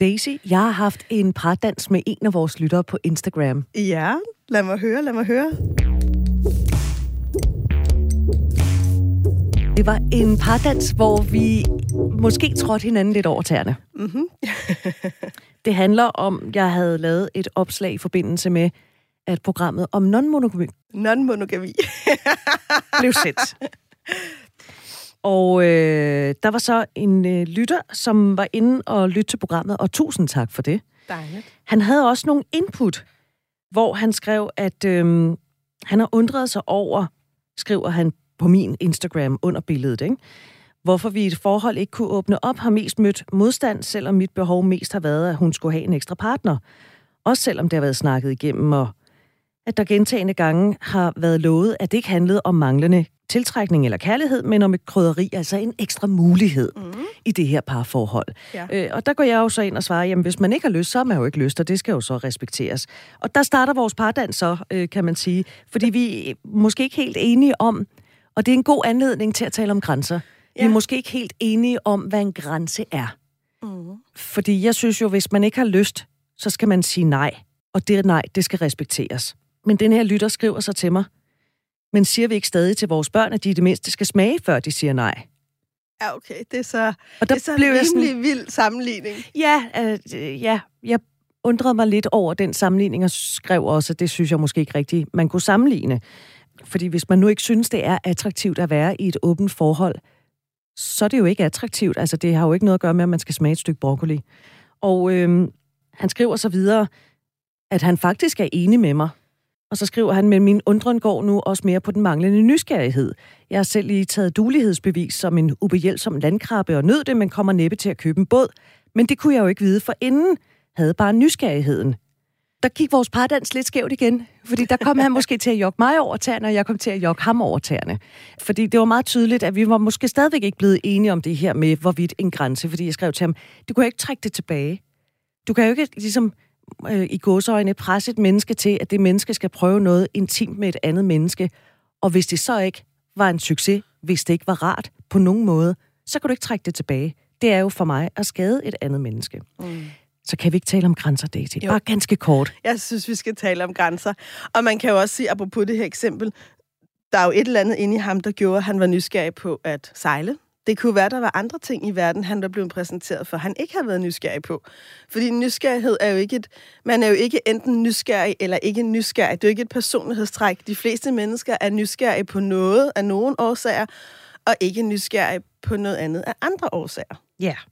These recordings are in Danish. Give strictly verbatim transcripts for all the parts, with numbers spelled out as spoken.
Daisy, jeg har haft en pardans med en af vores lyttere på Instagram. Ja, lad mig høre, lad mig høre. Det var en pardans, hvor vi måske trådte hinanden lidt over tæerne. Mm-hmm. Det handler om, jeg havde lavet et opslag i forbindelse med, at programmet om non-monogami, non-monogami. blev sendt. Og øh, der var så en øh, lytter, som var inde og lytte til programmet, og tusind tak for det. Dejligt. Han havde også nogle input, hvor han skrev, at øh, han har undret sig over, skriver han på min Instagram under billedet, ikke? Hvorfor vi i et forhold ikke kunne åbne op, har mest mødt modstand, selvom mit behov mest har været, at hun skulle have en ekstra partner. Også selvom det har været snakket igennem, og at der gentagne gange har været lovet, at det ikke handlede om manglende tiltrækning eller kærlighed, men om et krydderi, altså en ekstra mulighed mm. i det her parforhold. Ja. Øh, og der går jeg jo så ind og svarer, jamen hvis man ikke har lyst, så har man jo ikke lyst, og det skal jo så respekteres. Og der starter vores pardans så, øh, kan man sige, fordi vi er måske ikke helt enige om, og det er en god anledning til at tale om grænser. Ja. Vi er måske ikke helt enige om, hvad en grænse er. Mm. Fordi jeg synes jo, hvis man ikke har lyst, så skal man sige nej. Og det nej, det skal respekteres. Men den her lytter skriver så til mig, men siger vi ikke stadig til vores børn, at de i det mindste skal smage, før de siger nej? Ja, okay. Det er så, og der det er så blev en rimelig sådan, vild sammenligning. Ja, øh, ja, jeg undrede mig lidt over den sammenligning, og skrev også, at det synes jeg måske ikke rigtigt, man kunne sammenligne. Fordi hvis man nu ikke synes, det er attraktivt at være i et åbent forhold, så er det jo ikke attraktivt. Altså, det har jo ikke noget at gøre med, at man skal smage et stykke broccoli. Og øh, han skriver så videre, at han faktisk er enig med mig. Og så skriver han, men min undren går nu også mere på den manglende nysgerrighed. Jeg har selv lige taget dulighedsbevis som en ubehjælpsom landkrabbe og nød det, men kommer næppe til at købe en båd. Men det kunne jeg jo ikke vide, for inden havde bare nysgerrigheden. Der gik vores pardans lidt skævt igen, fordi der kom han måske til at jogge mig over tæerne, og jeg kom til at jogge ham over tæerne. Fordi det var meget tydeligt, at vi var måske stadigvæk ikke blevet enige om det her med, hvorvidt en grænse, fordi jeg skrev til ham, du kan jo ikke trække det tilbage. Du kan jo ikke ligesom øh, i gåseøjne presse et menneske til, at det menneske skal prøve noget intimt med et andet menneske, og hvis det så ikke var en succes, hvis det ikke var rart på nogen måde, så kan du ikke trække det tilbage. Det er jo for mig at skade et andet menneske. Mm. Så kan vi ikke tale om grænser, Daisy? Bare ganske kort. Jeg synes, vi skal tale om grænser. Og man kan jo også sige, apropos det her eksempel, der er jo et eller andet inde i ham, der gjorde, at han var nysgerrig på at sejle. Det kunne være, at der var andre ting i verden, han der blev præsenteret for, han ikke har været nysgerrig på. Fordi nysgerrighed er jo ikke et... Man er jo ikke enten nysgerrig eller ikke nysgerrig. Det er jo ikke et personlighedstræk. De fleste mennesker er nysgerrige på noget af nogle årsager, og ikke nysgerrige på noget andet af andre årsager. Ja. Yeah.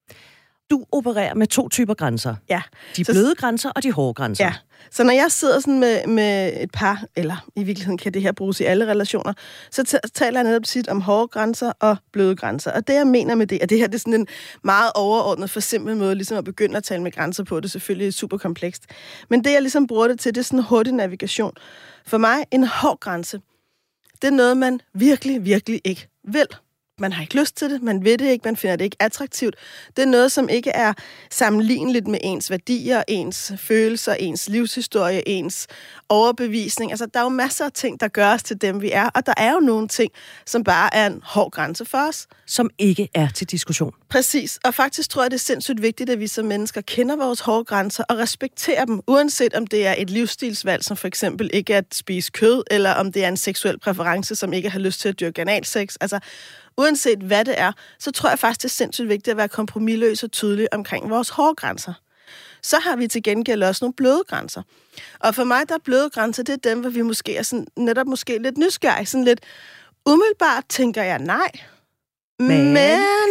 Du opererer med to typer grænser. Ja. De bløde så, grænser og de hårde grænser. Ja. Så når jeg sidder sådan med, med et par, eller i virkeligheden kan det her bruges i alle relationer, så t- taler jeg netop tit om hårde grænser og bløde grænser. Og det, jeg mener med det, og det her det er sådan en meget overordnet, for simpel måde ligesom at begynde at tale med grænser på, det er selvfølgelig super komplekst. Men det, jeg ligesom bruger det til, det er sådan en hurtig navigation. For mig, en hård grænse, det er noget, man virkelig, virkelig ikke vil. Man har ikke lyst til det, man ved det ikke, man finder det ikke attraktivt. Det er noget, som ikke er sammenligneligt med ens værdier, ens følelser, ens livshistorie, ens overbevisning. Altså, der er jo masser af ting, der gør os til dem, vi er, og der er jo nogle ting, som bare er en hård grænse for os. Som ikke er til diskussion. Præcis, og faktisk tror jeg, det er sindssygt vigtigt, at vi som mennesker kender vores hårde grænser og respekterer dem, uanset om det er et livsstilsvalg, som for eksempel ikke er at spise kød, eller om det er en seksuel præference, som ikke har lyst til at dyrke analsex. Altså, uanset hvad det er, så tror jeg faktisk, det er sindssygt vigtigt at være kompromisløs og tydelig omkring vores hårde grænser. Så har vi til gengæld også nogle bløde grænser. Og for mig, der er bløde grænser, det er dem, hvor vi måske er sådan, netop måske lidt nysgerrige. Sådan lidt umiddelbart tænker jeg nej. Men, Men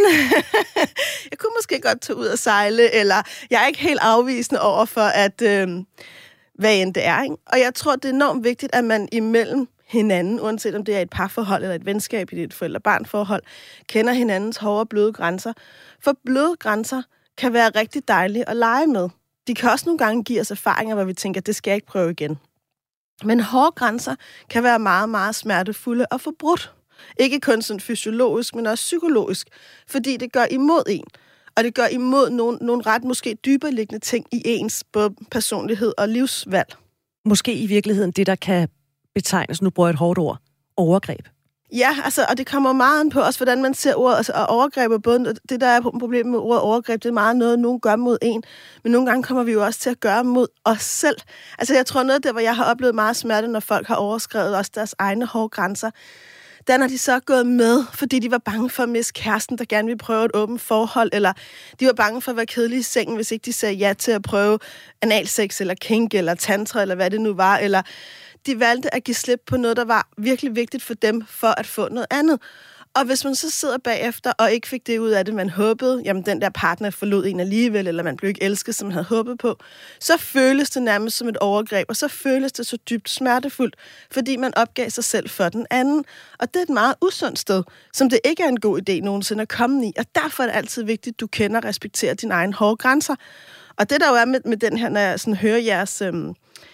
jeg kunne måske godt tage ud og sejle, eller jeg er ikke helt afvisende over for, at øh, hvad end det er. Ikke? Og jeg tror, det er enormt vigtigt, at man imellem hinanden, uanset om det er et parforhold eller et venskab i et forældre-barn-forhold, kender hinandens hårde og bløde grænser. For bløde grænser kan være rigtig dejlige at lege med. De kan også nogle gange give os erfaringer, hvor vi tænker, det skal jeg ikke prøve igen. Men hårde grænser kan være meget, meget smertefulde og forbrudt. Ikke kun sådan fysiologisk, men også psykologisk, fordi det gør imod en. Og det gør imod nogle, nogle ret måske dybere liggende ting i ens både personlighed og livsvalg. Måske i virkeligheden det, der kan betegnes, nu bruger jeg et hårdt ord, overgreb. Ja, altså, og det kommer meget an på også, hvordan man ser ordet, altså, og overgreb er både, det der er problemet med ordet overgreb, det er meget noget, nogen gør mod en, men nogle gange kommer vi jo også til at gøre mod os selv. Altså, jeg tror noget der, hvor jeg har oplevet meget smerte, når folk har overskrevet også deres egne hårde grænser, der når de så er gået med, fordi de var bange for at miste kæresten, der gerne ville prøve et åbent forhold, eller de var bange for at være kedelige i sengen, hvis ikke de sagde ja til at prøve analsex, eller kink, eller tantra, eller hvad det nu var, eller de valgte at give slip på noget, der var virkelig vigtigt for dem, for at få noget andet. Og hvis man så sidder bagefter, og ikke fik det ud af det, man håbede, jamen den der partner forlod en alligevel, eller man blev ikke elsket, som man havde håbet på, så føles det nærmest som et overgreb, og så føles det så dybt smertefuldt, fordi man opgav sig selv for den anden. Og det er et meget usundt sted, som det ikke er en god idé nogensinde at komme i, og derfor er det altid vigtigt, at du kender og respekterer dine egne hårde grænser. Og det der jo er med, med den her, når jeg sådan hører jeres... Øhm,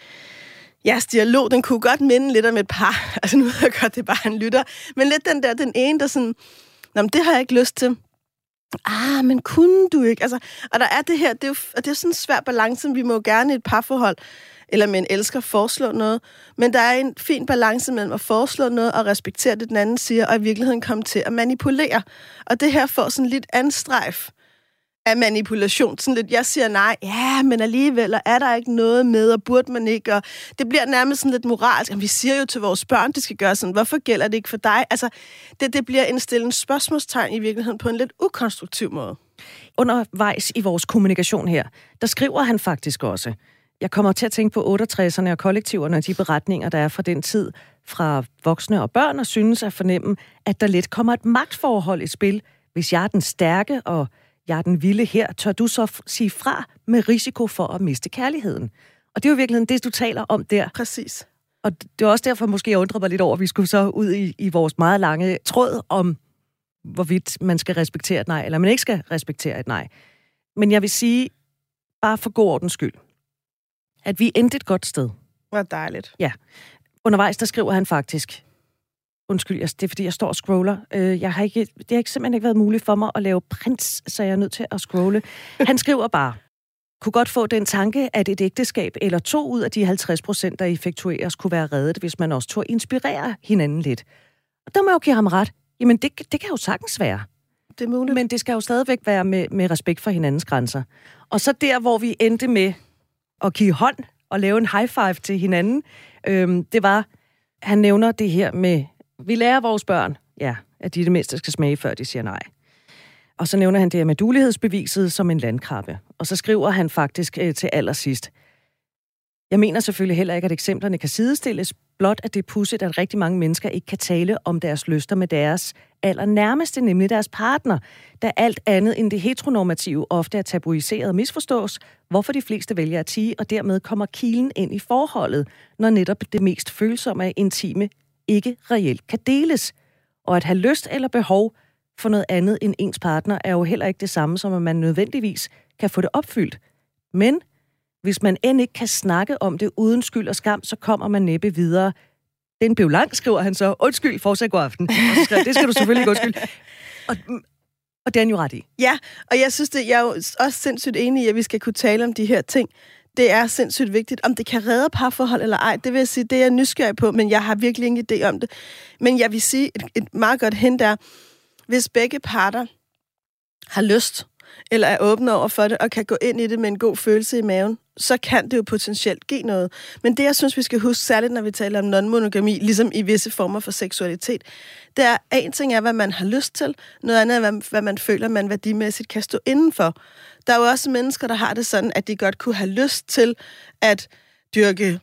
Jeres dialog, den kunne godt minde lidt om et par. Altså nu ved jeg godt, det er bare en lytter. Men lidt den der, den ene, der sådan, nå, men det har jeg ikke lyst til. Ah, men kunne du ikke? Altså, og der er det her, det er jo, og det er jo sådan en svær balance, vi må jo gerne i et parforhold, eller med en elsker foreslå noget, men der er en fin balance mellem at foreslå noget og respektere det, den anden siger, og i virkeligheden komme til at manipulere. Og det her får sådan lidt anstrejf af manipulation. Sådan lidt, jeg siger nej, ja, men alligevel er der ikke noget med, og burde man ikke, og det bliver nærmest sådan lidt moralsk. Jamen, vi siger jo til vores børn, de skal gøre sådan, hvorfor gælder det ikke for dig? Altså, det, det bliver en stillende spørgsmålstegn i virkeligheden på en lidt ukonstruktiv måde. Undervejs i vores kommunikation her, der skriver han faktisk også, jeg kommer til at tænke på otteogtresserne og kollektiverne og de beretninger, der er fra den tid fra voksne og børn, og synes at fornemme, at der lidt kommer et magtforhold i spil. Hvis jeg er den stærke, og jeg er den vilde her, tør du så f- sige fra med risiko for at miste kærligheden. Og det er jo virkelig det, du taler om der. Præcis. Og det er også derfor, måske jeg undrer mig lidt over, at vi skulle så ud i, i vores meget lange tråd om, hvorvidt man skal respektere et nej, eller man ikke skal respektere et nej. Men jeg vil sige, bare for god ordens skyld, at vi endte et godt sted. Hvor dejligt. Ja. Undervejs, der skriver han faktisk, undskyld, det er fordi, jeg står og scroller. Jeg har ikke, det har ikke simpelthen ikke været muligt for mig at lave prints, så jeg er nødt til at scrolle. Han skriver bare, kunne godt få den tanke, at et ægteskab eller to ud af de halvtreds procent, der effektueres, kunne være reddet, hvis man også tog inspirere hinanden lidt. Og der må jeg jo give ham ret. Jamen, det, det kan jo sagtens være. Det er muligt. Men det skal jo stadigvæk være med, med respekt for hinandens grænser. Og så der, hvor vi endte med at give hånd og lave en high five til hinanden, øhm, det var, han nævner det her med, vi lærer vores børn, ja, at de det mindste skal smage, før de siger nej. Og så nævner han det her med dulighedsbeviset som en landkrabbe. Og så skriver han faktisk øh, til allersidst, jeg mener selvfølgelig heller ikke, at eksemplerne kan sidestilles, blot at det er pudsigt, at rigtig mange mennesker ikke kan tale om deres lyster med deres allernærmeste, nemlig deres partner, da alt andet end det heteronormative ofte er tabuiseret og misforstås, hvorfor de fleste vælger at tie, og dermed kommer kilen ind i forholdet, når netop det mest følsomme og intime ikke reelt kan deles. Og at have lyst eller behov for noget andet end ens partner, er jo heller ikke det samme, som at man nødvendigvis kan få det opfyldt. Men hvis man end ikke kan snakke om det uden skyld og skam, så kommer man næppe videre. Den blev lang, skriver han så. Undskyld, fortsæt god aften. Og så skriver, det skal du selvfølgelig ikke undskylde. Og, og det er han jo ret i. Ja, og jeg synes, det, jeg er jo også sindssygt enig i, at vi skal kunne tale om de her ting. Det er sindssygt vigtigt. Om det kan redde parforhold eller ej, det vil jeg sige, det er jeg nysgerrig på, men jeg har virkelig ingen idé om det. Men jeg vil sige, et, et meget godt hint er, hvis begge parter har lyst, eller er åbne over for det, og kan gå ind i det med en god følelse i maven, så kan det jo potentielt give noget. Men det, jeg synes, vi skal huske, særligt når vi taler om non-monogami, ligesom i visse former for seksualitet, det er, at en ting er, hvad man har lyst til, noget andet er, hvad, hvad man føler, man værdimæssigt kan stå indenfor. Der er jo også mennesker, der har det sådan, at de godt kunne have lyst til at dyrke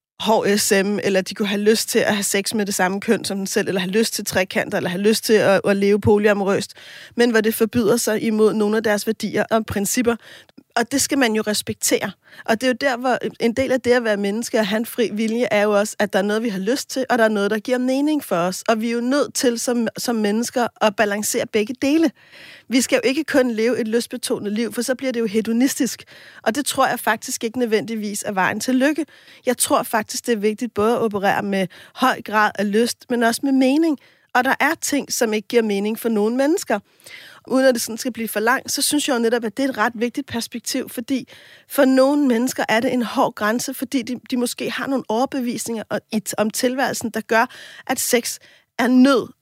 H S M, eller de kunne have lyst til at have sex med det samme køn som den selv, eller have lyst til trekanter, eller have lyst til at, at leve polyamorøst, men hvor det forbyder sig imod nogle af deres værdier og principper. Og det skal man jo respektere. Og det er jo der, hvor en del af det at være menneske og have en fri vilje, er jo også, at der er noget, vi har lyst til, og der er noget, der giver mening for os. Og vi er jo nødt til som, som mennesker at balancere begge dele. Vi skal jo ikke kun leve et lystbetonet liv, for så bliver det jo hedonistisk. Og det tror jeg faktisk ikke nødvendigvis er vejen til lykke. Jeg tror faktisk, det er vigtigt både at operere med høj grad af lyst, men også med mening. Og der er ting, som ikke giver mening for nogle mennesker. Uden at det sådan skal blive for langt, så synes jeg jo netop, at det er et ret vigtigt perspektiv, fordi for nogle mennesker er det en hård grænse, fordi de, de måske har nogle overbevisninger om tilværelsen, der gør, at sex er nød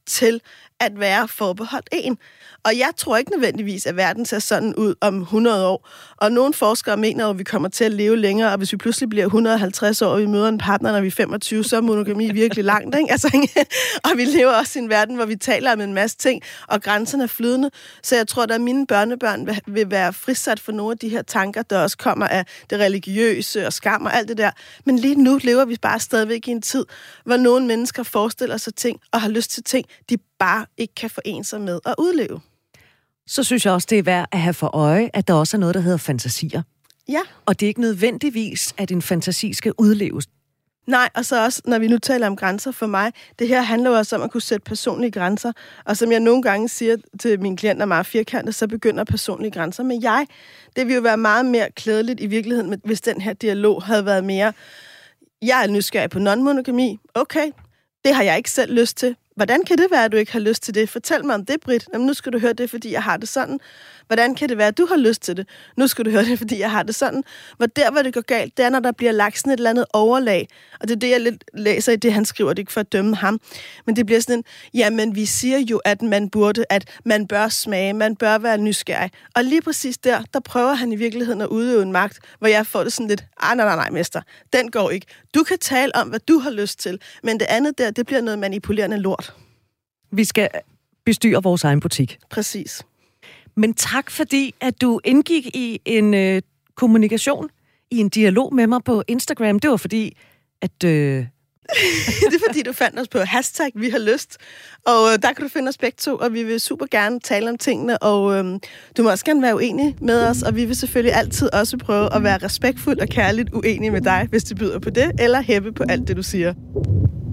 til at være forbeholdt en. Og jeg tror ikke nødvendigvis, at verden ser sådan ud om hundrede år. Og nogle forskere mener, at vi kommer til at leve længere, og hvis vi pludselig bliver et hundrede og halvtreds år, og vi møder en partner, når vi er femogtyve, så er monogami virkelig langt, ikke? Altså, og vi lever også i en verden, hvor vi taler om en masse ting, og grænserne er flydende. Så jeg tror, at mine børnebørn vil være frisat for nogle af de her tanker, der også kommer af det religiøse og skam og alt det der. Men lige nu lever vi bare stadigvæk i en tid, hvor nogle mennesker forestiller sig ting og har lyst til ting, de bare ikke kan forene sig med at udleve. Så synes jeg også, det er værd at have for øje, at der også er noget, der hedder fantasier. Ja. Og det er ikke nødvendigvis, at en fantasi skal udleves. Nej, og så også, når vi nu taler om grænser for mig, det her handler jo også om at kunne sætte personlige grænser. Og som jeg nogle gange siger til mine klienter meget firkantet, så begynder personlige grænser med jeg. Det vil jo være meget mere klædeligt i virkeligheden, hvis den her dialog havde været mere, jeg er nysgerrig på non-monogami. Okay, det har jeg ikke selv lyst til. Hvordan kan det være, at du ikke har lyst til det? Fortæl mig om det, Britt. Jamen, nu skal du høre det, fordi jeg har det sådan. Hvordan kan det være, at du har lyst til det? Nu skal du høre det, fordi jeg har det sådan. Hvor der, hvor det går galt, det er, når der bliver lagt sådan et eller andet overlag. Og det er det, jeg lidt læser i det, han skriver. Det er ikke for at dømme ham. Men det bliver sådan en, jamen, vi siger jo, at man burde, at man bør smage, man bør være nysgerrig. Og lige præcis der, der prøver han i virkeligheden at udøve en magt, hvor jeg får det sådan lidt, ah, nej, nej, nej, mester. Den går ikke. Du kan tale om, hvad du har lyst til. Men det andet der, det bliver noget manipulerende lort. Vi skal bestyre vores egen butik. Præcis. Men tak, fordi at du indgik i en øh, kommunikation, i en dialog med mig på Instagram. Det var fordi, at... Øh... det er fordi, du fandt os på hashtag Vi har lyst. Og øh, der kan du finde os begge to, og vi vil super gerne tale om tingene. Og øh, du må også gerne være uenig med os, og vi vil selvfølgelig altid også prøve at være respektfuldt og kærligt uenige med dig, hvis du byder på det, eller hæppe på alt det, du siger.